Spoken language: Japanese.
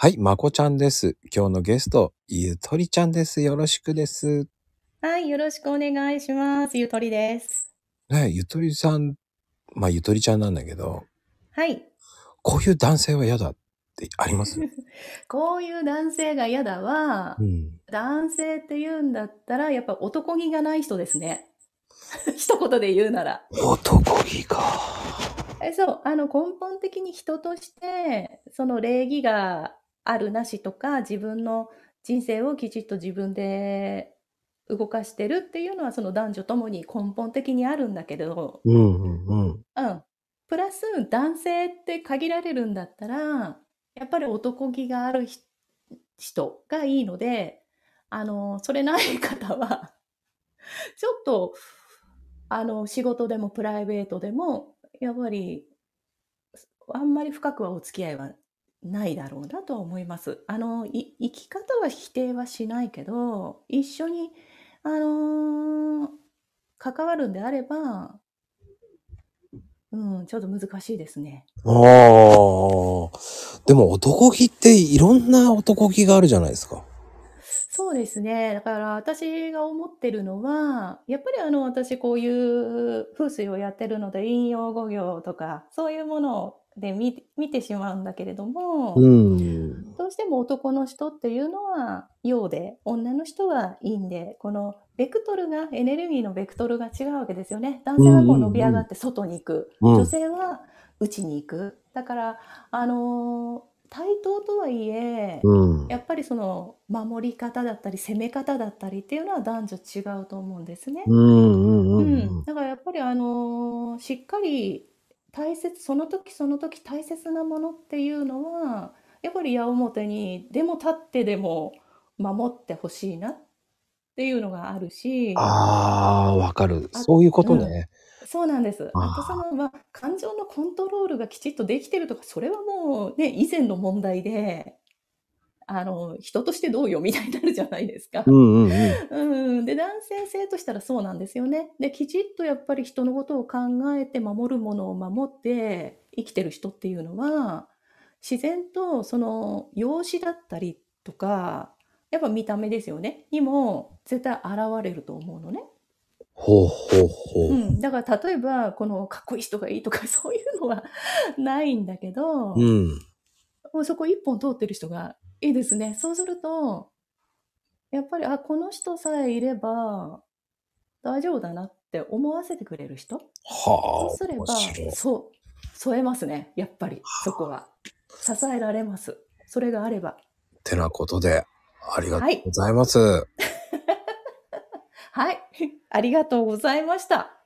はい、まこちゃんです。今日のゲスト、ゆとりちゃんです。よろしくです。 はい、よろしくお願いします。ゆとりです。 ね、ゆとりさん、ゆとりちゃんなんだけど、 はい。 こういう男性は嫌だってあります？ こういう男性が嫌だは、 うん。 男性って言うんだったら、やっぱ男気がない人ですね。一言で言うなら。 男気か。 そう、根本的に人として、その礼儀があるなしとか、自分の人生をきちっと自分で動かしてるっていうのは、その男女ともに根本的にあるんだけど、 うんうんうん。 うん。プラス男性って限られるんだったら、やっぱり男気がある人がいいので、それない方は、ちょっと、仕事でもプライベートでも、やっぱり、あんまり深くはお付き合いはないだろうなとは思います。生き方は否定はしないけど、一緒に、あの、関わるんであれば、ちょっと難しいですね。 ああ。でも男気っていろんな男気があるじゃないですか。 そうですね。だから私が思ってるのは、やっぱり私こういう風水をやってるので、陰陽五行とか、そういうもので見てしまうんだけれどうも、 ん。 どうしても男の人っていうのは陽で、女の人は陰で、このベクトルが、エネルギーのベクトルが違うわけですよね。男うん性はこう伸びうん上がって外に行く。 うん。う女ん。 性は内に行く。だから、対等とはいえ、 うん。 やっぱりその守り方だったり攻め方だったりっていうのは男女違うと思うんですね。 うんうんうんうん。 だからやっぱりしっかりその時その時大切なものっていうのは、やっぱり矢面にでも立ってでも守ってほしいなっていうのがあるし、 ああ、わかる。 あ、 そういうこうん。 とね。 そうなんです。あとああ。 感情のコントロールがきちっとできてるとか、それはもうね、以前の問題で、人としてどうよみたいになるじゃないですか。 うんうんうん。 で、男性性としたらそうなんですよね。で、きちっとやっぱり人のことを考えて守るものを守って生きてる人っていうのは、自然とその容姿だったりとか、やっぱ見た目ですよね。にも絶対現れると思うのね。 ほうほうほう。 だから例えば、このかっこいい人がいいとかそういうのはないんだけど、 うん。 もうそこ一本通ってる人がいいですね。そうすると、やっぱり、この人さえいれば大丈夫だなって思わせてくれる人。そうはあ、 すれ面ば、 白い。 添えますね。やっぱり、そこは。支えられます。それがあれば。 てなことで、ありがとはい。 うございます。 はい。ありがとうございました。